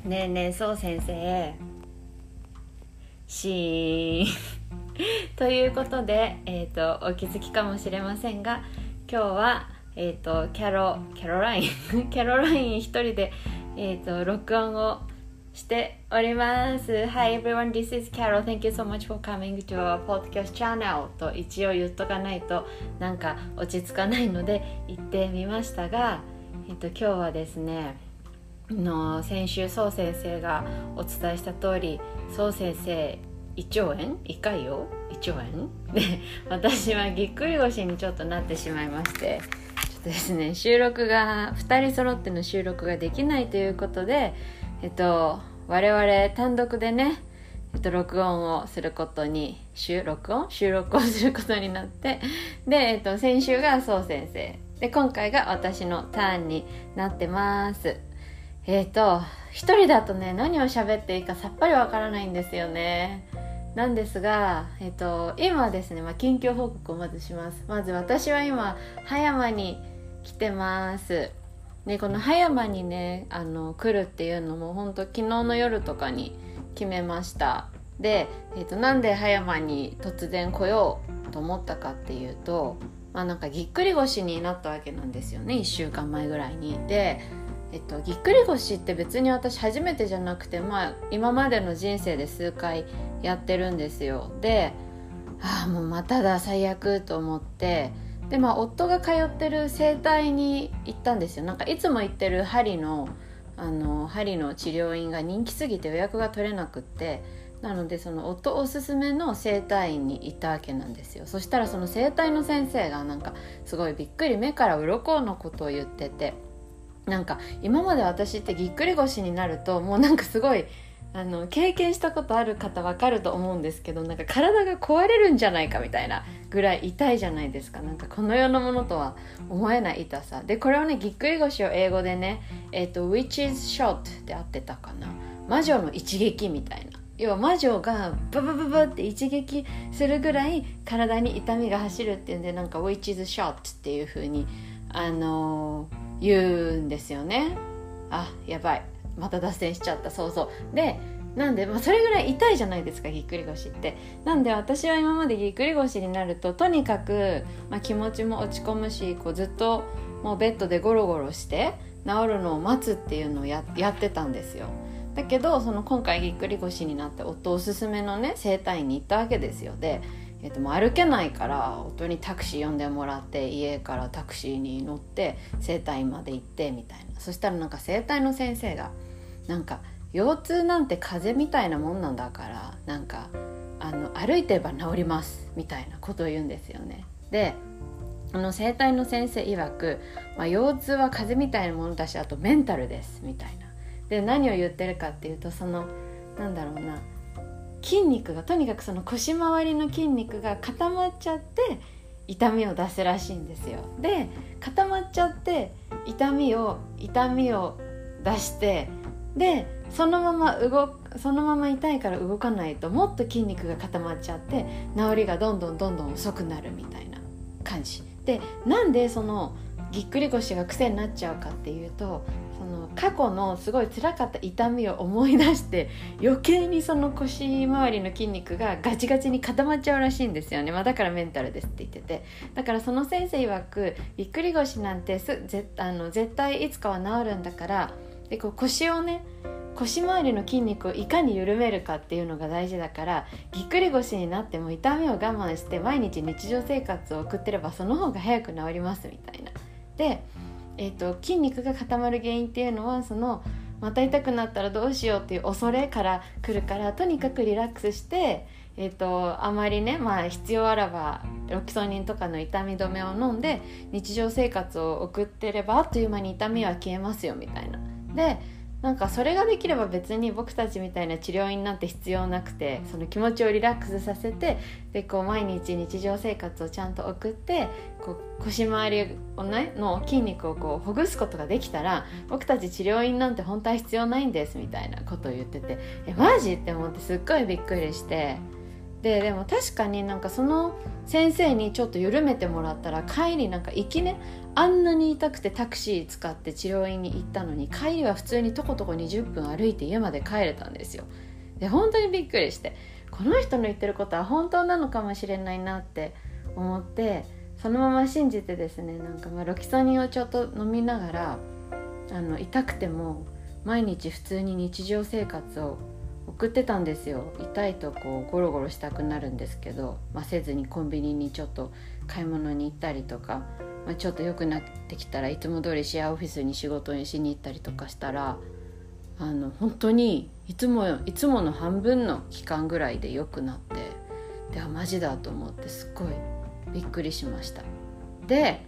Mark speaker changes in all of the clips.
Speaker 1: ねえねえそう先生シーンということで、お気づきかもしれませんが、今日は、キャロライン一人で、録音をしております。Hi everyone, this is Carol. Thank you so much for coming to our podcast channel と一応言っとかないとなんか落ち着かないので言ってみましたが、今日はですね、先週そう先生がお伝えした通り、そう先生1兆円1回よ1兆円で、私はぎっくり腰にちょっとなってしまいまして、ちょっとですね、収録が2人揃っての収録ができないということで、我々単独でね、録音をすることに収録をすることになって、で、先週がそう先生で、今回が私のターンになってます。一人だとね、何を喋っていいかさっぱりわからないんですよね。なんですが、今ですね、近況報告をまずします。まず私は今葉山に来てます。で、この葉山にね、来るっていうのも本当昨日の夜とかに決めました。で、なんで葉山に突然来ようと思ったかっていうと、なんかぎっくり腰になったわけなんですよね、1週間前ぐらいに。で、ぎっくり腰って別に私初めてじゃなくて、今までの人生で数回やってるんですよ。で、もうまただ最悪と思って、で、夫が通ってる整体に行ったんですよ。なんかいつも行ってる針の治療院が人気すぎて予約が取れなくって、なのでその夫おすすめの整体院に行ったわけなんですよ。そしたらその整体の先生がなんかすごいびっくり目から鱗のことを言ってて、なんか今まで私ってぎっくり腰になるともうなんかすごい経験したことある方わかると思うんですけど、なんか体が壊れるんじゃないかみたいなぐらい痛いじゃないですか。なんかこの世のものとは思えない痛さで、これをね、ぎっくり腰を英語でね、witch's shot って合ってたかな、魔女の一撃みたいな、要は魔女がブブブブって一撃するぐらい体に痛みが走るっていうんで、なんか witch's shot っていう風に言うんですよね。やばい、また脱線しちゃった。そうで、なんで、それぐらい痛いじゃないですか、ぎっくり腰って。なんで私は今までぎっくり腰になるととにかく、気持ちも落ち込むし、こうずっともうベッドでゴロゴロして治るのを待つっていうのをやってたんですよ。だけど今回ぎっくり腰になって夫おすすめのね整体院に行ったわけですよ。で、もう歩けないから夫にタクシー呼んでもらって、家からタクシーに乗って整体院まで行ってみたいな。そしたらなんか整体の先生がなんか腰痛なんて風邪みたいなもんなんだから、なんか歩いてれば治りますみたいなことを言うんですよね。で、整体の先生曰く、腰痛は風邪みたいなものだし、あとメンタルですみたいな。で、何を言ってるかっていうと、なんだろうな、筋肉がとにかくその腰回りの筋肉が固まっちゃって痛みを出すらしいんですよ。で、固まっちゃって痛みを出して、でそのまま痛いから動かないともっと筋肉が固まっちゃって治りがどんどん遅くなるみたいな感じで、なんでそのぎっくり腰が癖になっちゃうかっていうと、その過去のすごい辛かった痛みを思い出して余計にその腰周りの筋肉がガチガチに固まっちゃうらしいんですよね。だからメンタルですって言ってて、だからその先生曰く、ぎっくり腰なんて絶対いつかは治るんだから、でこう腰回りの筋肉をいかに緩めるかっていうのが大事だから、ぎっくり腰になっても痛みを我慢して毎日日常生活を送ってればその方が早く治りますみたいな。で、筋肉が固まる原因っていうのはまた痛くなったらどうしようっていう恐れから来るから、とにかくリラックスして、あまりね、必要あらばロキソニンとかの痛み止めを飲んで日常生活を送ってればあっという間に痛みは消えますよみたいな。で、なんかそれができれば別に僕たちみたいな治療院なんて必要なくて、その気持ちをリラックスさせて、でこう毎日日常生活をちゃんと送って、こう腰回りの筋肉をこうほぐすことができたら、僕たち治療院なんて本当は必要ないんですみたいなことを言ってて、マジって思ってすっごいびっくりして、でも確かになんかその先生にちょっと緩めてもらったら帰りなんか行きね、 あんなに痛くてタクシー使って治療院に行ったのに、帰りは普通にとことこ20分歩いて家まで帰れたんですよ。で本当にびっくりして、この人の言ってることは本当なのかもしれないなって思って、そのまま信じてですね、なんかロキソニンをちょっと飲みながら、痛くても毎日普通に日常生活を送ってたんですよ。痛いとこうゴロゴロしたくなるんですけど、せずにコンビニにちょっと買い物に行ったりとか、ちょっと良くなってきたらいつも通りシェアオフィスに仕事にしに行ったりとかしたら、本当にいつもの半分の期間ぐらいで良くなって、でマジだと思って、すっごいびっくりしました。で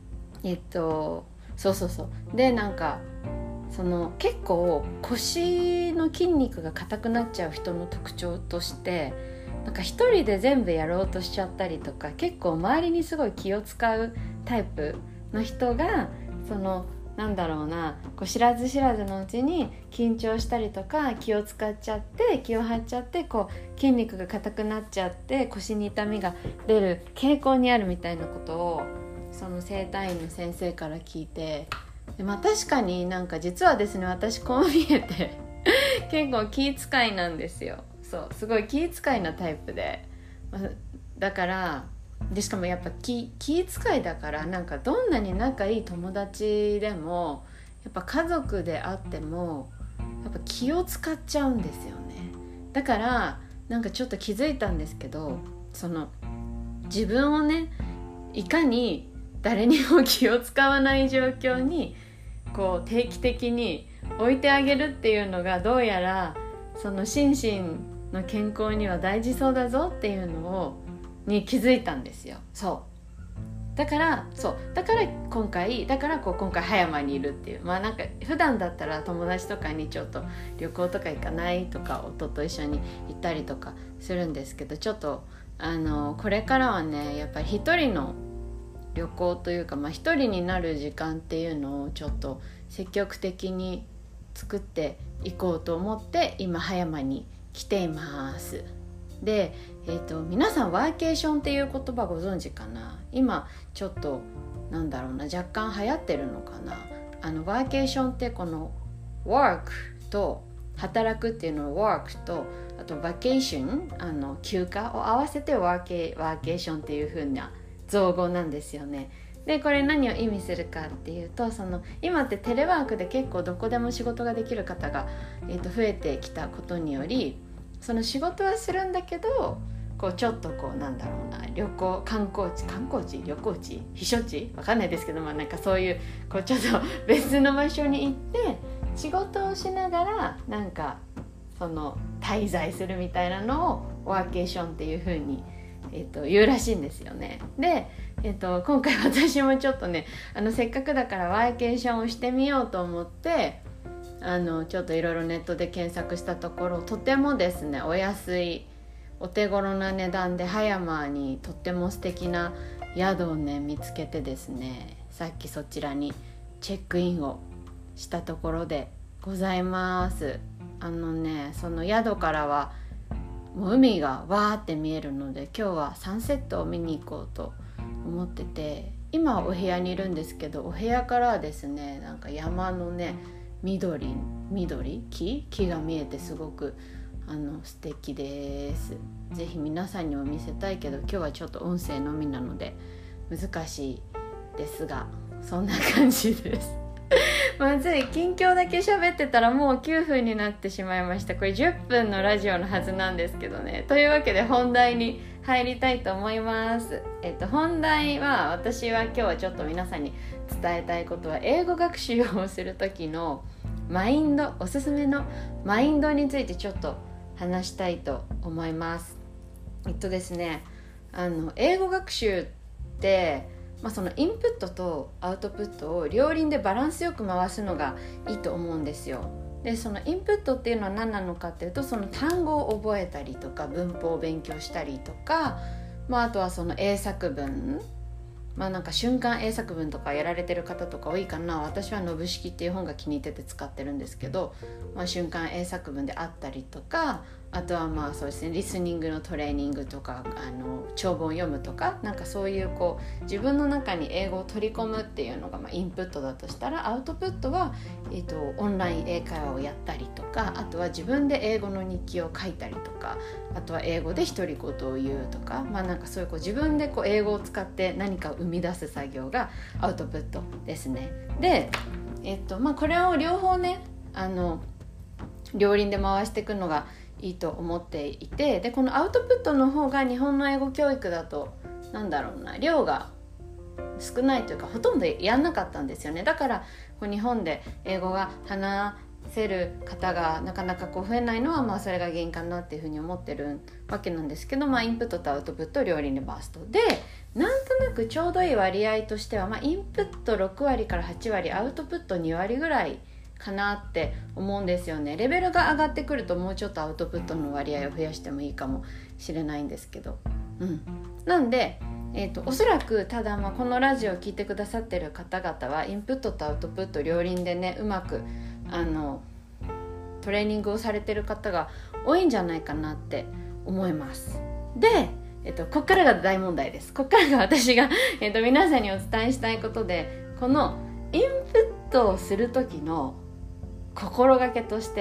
Speaker 1: そうで、なんかその結構腰の筋肉が硬くなっちゃう人の特徴として、なんか一人で全部やろうとしちゃったりとか、結構周りにすごい気を使うタイプの人が、そのなんだろうな、こう知らず知らずのうちに緊張したりとか気を使っちゃって気を張っちゃって、こう筋肉が硬くなっちゃって腰に痛みが出る傾向にあるみたいなことを、その整体院の先生から聞いて、で確かになんか実はですね、私こう見えて結構気遣いなんですよ。そう、すごい気遣いなタイプで、だからでしかもやっぱ気遣いだから、なんかどんなに仲いい友達でもやっぱ家族であってもやっぱ気を使っちゃうんですよね。だからなんかちょっと気づいたんですけど、その自分をね、いかに誰にも気を使わない状況にこう定期的に置いてあげるっていうのが、どうやらその心身の健康には大事そうだぞっていうのに気づいたんですよ。だから今回葉山にいるっていう、なんか普段だったら友達とかにちょっと旅行とか行かないとか、夫と一緒に行ったりとかするんですけど、ちょっとこれからはね、やっぱり一人の旅行というか、一人になる時間っていうのをちょっと積極的に作っていこうと思って、今葉山に来ています。で、皆さんワーケーションっていう言葉ご存知かな。今ちょっとなんだろうな、若干流行ってるのかな。ワーケーションってこの work と働くっていうのを work と、あとバケーション、休暇を合わせてワーケーションっていう風な造語なんですよね。でこれ何を意味するかっていうと、その今ってテレワークで結構どこでも仕事ができる方が、増えてきたことにより、その仕事はするんだけど、こうちょっとこうなんだろうな、旅行観光地旅行地避暑地わかんないですけど、なんかそういうこうちょっと別の場所に行って仕事をしながらなんかその滞在するみたいなのをワーケーションっていう風に言うらしいんですよね。で、今回私もちょっとね、せっかくだからワーケーションをしてみようと思って、ちょっといろいろネットで検索したところ、とてもですねお安いお手頃な値段で葉山にとっても素敵な宿をね見つけてですね、さっきそちらにチェックインをしたところでございます。その宿からはもう海がわーって見えるので、今日はサンセットを見に行こうと思ってて、今はお部屋にいるんですけど、お部屋からはですね、なんか山のね緑木が見えてすごく素敵です。ぜひ皆さんにも見せたいけど、今日はちょっと音声のみなので難しいですが、そんな感じですまずい近況だけ喋ってたらもう9分になってしまいました。これ10分のラジオのはずなんですけどね。というわけで本題に入りたいと思います。本題は、私は今日はちょっと皆さんに伝えたいことは、英語学習をする時のマインド、おすすめのマインドについてちょっと話したいと思います。ですね、英語学習ってそのインプットとアウトプットを両輪でバランスよく回すのがいいと思うんですよ。でそのインプットっていうのは何なのかっていうと、その単語を覚えたりとか文法を勉強したりとか、あとはその英作文、なんか瞬間英作文とかやられてる方とか多いかな。私はのぶ式っていう本が気に入ってて使ってるんですけど、瞬間英作文であったりとか、 あとはまあそうですね、リスニングのトレーニングとか長文を読むとか、なんかそういうこう自分の中に英語を取り込むっていうのがまあインプットだとしたら、アウトプットは、オンライン英会話をやったりとか、あとは自分で英語の日記を書いたりとか、あとは英語で独り言を言うとか、まあなんかそういうこう自分でこう英語を使って何かを生み出す作業がアウトプットですね。で、まあこれを両方ね両輪で回していくのがいいと思っていて、でこのアウトプットの方が日本の英語教育だと量が少ないというか、ほとんどやんなかったんですよね。だからこう日本で英語が話せる方がなかなかこう増えないのは、まあそれが原因かなっていうふうに思ってるわけなんですけど、まあインプットとアウトプットを両輪で回すと、でなんとなくちょうどいい割合としては、まあ、インプット6割から8割アウトプット2割ぐらいかなって思うんですよね。レベルが上がってくるともうちょっとアウトプットの割合を増やしてもいいかもしれないんですけど、なんで、おそらくただまあこのラジオを聞いてくださってる方々はインプットとアウトプット両輪でね、うまくトレーニングをされてる方が多いんじゃないかなって思います。で、こっからが大問題です。こっからが私が、皆さんにお伝えしたいことで、このインプットをする時の心がけとして、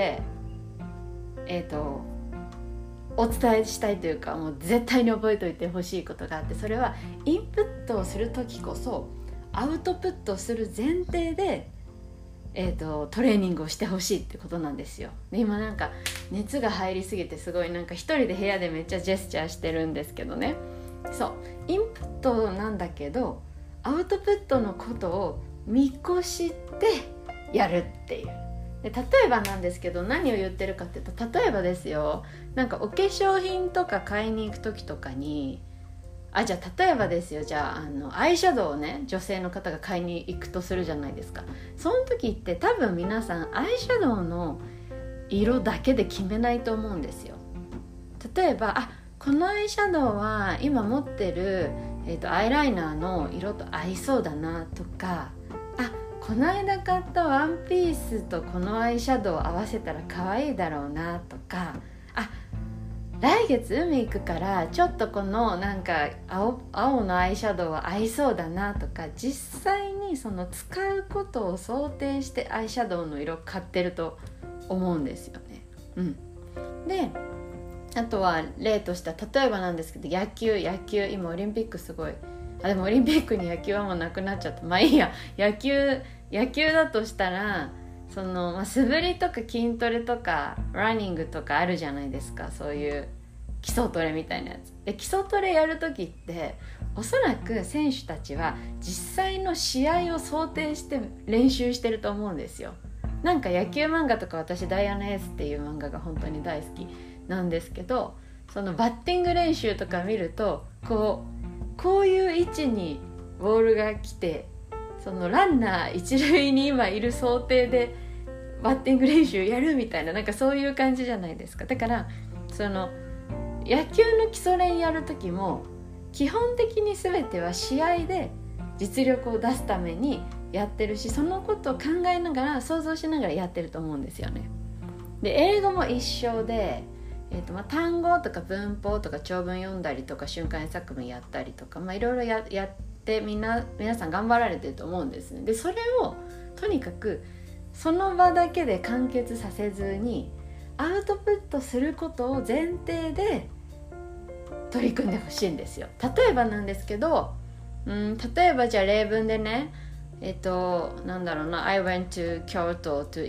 Speaker 1: お伝えしたいというか、もう絶対に覚えておいてほしいことがあって、それはインプットをする時こそアウトプットする前提で、トレーニングをしてほしいってことなんですよ。で今なんか熱が入りすぎてすごいなんか一人で部屋でめっちゃジェスチャーしてるんですけどね。そうインプットなんだけどアウトプットのことを見越してやるっていう。で例えばなんですけど、何を言ってるかっていうと、例えばですよ、なんかお化粧品とか買いに行く時とかに、じゃあ例えばですよ、じゃあアイシャドウをね女性の方が買いに行くとするじゃないですか。その時って多分皆さんアイシャドウの色だけで決めないと思うんですよ。例えばこのアイシャドウは今持ってる、アイライナーの色と合いそうだなとか、この間買ったワンピースとこのアイシャドウを合わせたら可愛いだろうなとか、来月海行くからちょっとこのなんか青のアイシャドウは合いそうだなとか、実際にその使うことを想定してアイシャドウの色を買ってると思うんですよね。であとは例としては、例えばなんですけど、野球今オリンピックすごい、でもオリンピックに野球はもうなくなっちゃった。まあいいや、野球だとしたらその、素振りとか筋トレとかランニングとかあるじゃないですか。そういう基礎トレみたいなやつで、基礎トレやるときっておそらく選手たちは実際の試合を想定して練習してると思うんですよ。なんか野球漫画とか、私ダイアナエースっていう漫画が本当に大好きなんですけど、そのバッティング練習とか見るとこういう位置にボールが来て、そのランナー一塁に今いる想定でバッティング練習やるみたいな、なんかそういう感じじゃないですか。だからその野球の基礎練やる時も基本的に全ては試合で実力を出すためにやってるし、そのことを考えながら想像しながらやってると思うんですよね。で英語も一緒で、単語とか文法とか長文読んだりとか瞬間作文やったりとか、いろいろやって皆さん頑張られてると思うんですね。でそれをとにかくその場だけで完結させずにアウトプットすることを前提で取り組んでほしいんですよ。例えばなんですけど、例えばじゃあ例文でね、なんだろうな、I went to Kyoto to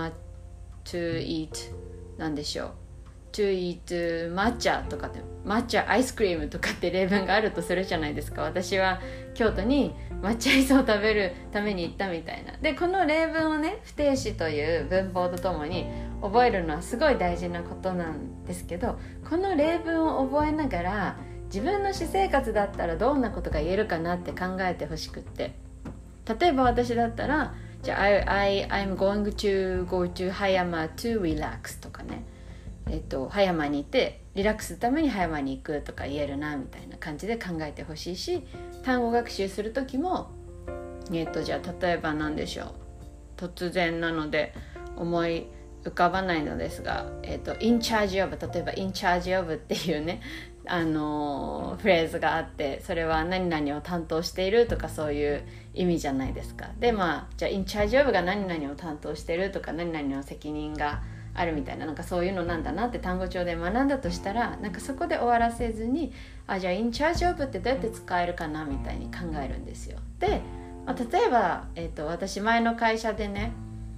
Speaker 1: eat なんでしょう、to eat 抹茶とかで、抹茶アイスクリームとかって例文があるとするじゃないですか。私は京都に抹茶アイスを食べるために行ったみたいな。でこの例文をね、不定詞という文法とともに覚えるのはすごい大事なことなんですけど、この例文を覚えながら自分の私生活だったらどんなことが言えるかなって考えてほしくって、例えば私だったら、じゃあ I'm going to go to 葉山 to relax とかね、葉山にいてリラックスするために葉山に行くとか言えるなみたいな感じで考えてほしいし、単語学習する時も、じゃあ例えば何でしょう、突然なので思い浮かばないのですが、in charge of、 例えば in charge of っていうねフレーズがあって、それは何々を担当しているとかそういう意味じゃないですか。でじゃあ in charge of が何々を担当しているとか何々の責任があるみたいな、なんかそういうのなんだなって単語帳で学んだとしたら、なんかそこで終わらせずに、じゃあ in charge of ってどうやって使えるかなみたいに考えるんですよ。で、例えば、私前の会社でね、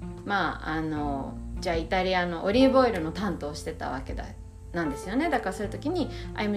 Speaker 1: じゃあイタリアのオリーブオイルの担当してたわけなんですよね。だからそういう時に I'm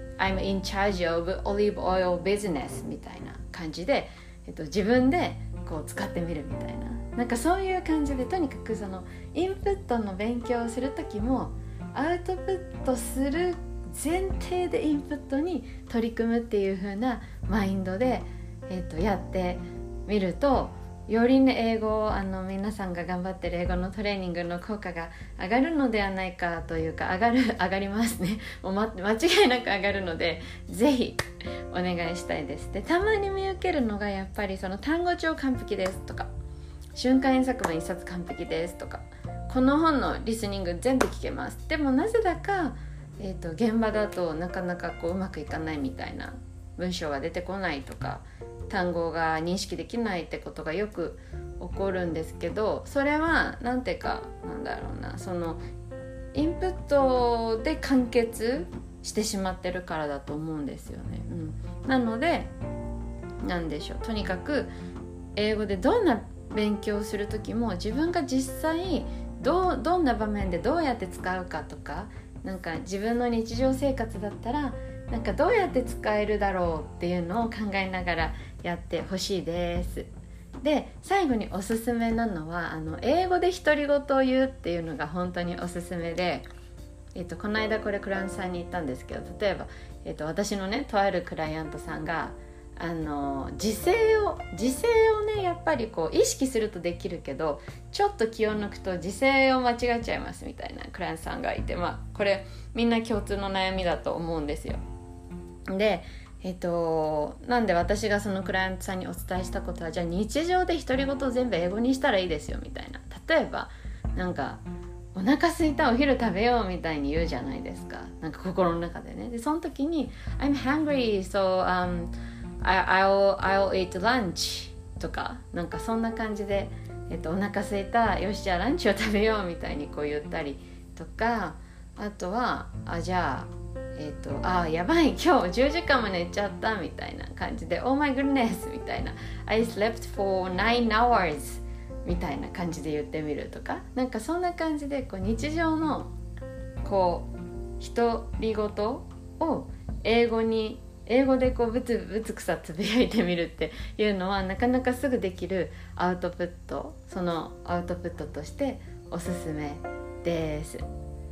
Speaker 1: in charge of olive oil business みたいな感じで、自分でこう使ってみるみたいな、なんかそういう感じで、とにかくそのインプットの勉強をする時もアウトプットする前提でインプットに取り組むっていう風なマインドで、やってみると、よりね英語を皆さんが頑張ってる英語のトレーニングの効果が上がるのではないかというか、上がりますね。もう間違いなく上がるので、ぜひお願いしたいです。で、たまに見受けるのがやっぱりその単語帳完璧ですとか、瞬間英作文一冊完璧ですとか、この本のリスニング全部聞けます。でもなぜだか、現場だとなかなかこううまくいかないみたいな、文章が出てこないとか、単語が認識できないってことがよく起こるんですけど、それはなんていうか、なんだろうな、そのインプットで完結してしまってるからだと思うんですよね、なのでなんでしょう、とにかく英語でどんな勉強をする時も自分が実際どんな場面でどうやって使うかとか、なんか自分の日常生活だったらなんかどうやって使えるだろうっていうのを考えながらやってほしいです。で、最後におすすめなのは英語で独り言を言うっていうのが本当におすすめで、この間これクライアントさんに言ったんですけど、例えば、私のねとあるクライアントさんが時勢をねやっぱりこう意識するとできるけど、ちょっと気を抜くと時勢を間違えちゃいますみたいなクライアントさんがいて、これみんな共通の悩みだと思うんですよ。で、なんで私がそのクライアントさんにお伝えしたことは、じゃあ日常で独り言を全部英語にしたらいいですよみたいな。例えばなんかお腹すいた、お昼食べようみたいに言うじゃないですか、なんか心の中でね。でその時に I'm hungry so I'll eat lunch とか、なんかそんな感じで、お腹すいた、よしじゃあランチを食べようみたいにこう言ったりとか、あとはじゃあやばい今日10時間も寝ちゃったみたいな感じで Oh my goodness みたいな I slept for 9 hours みたいな感じで言ってみるとか、なんかそんな感じでこう日常のこう独り言を英語でこうブツくさつぶやいてみるっていうのはなかなかすぐできるアウトプット、そのアウトプットとしておすすめです。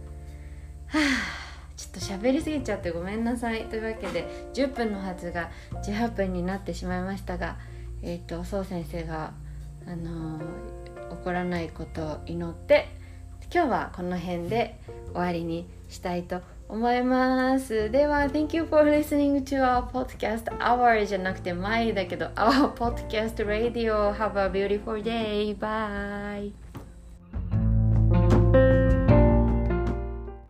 Speaker 1: ちょっと喋りすぎちゃってごめんなさい。というわけで10分のはずが18分になってしまいましたが、そう先生が怒らないことを祈って今日はこの辺で終わりにしたいと思います。では Thank you for listening to our podcast. Our じゃなくて my だけど Our podcast radio. Have a beautiful day. Bye.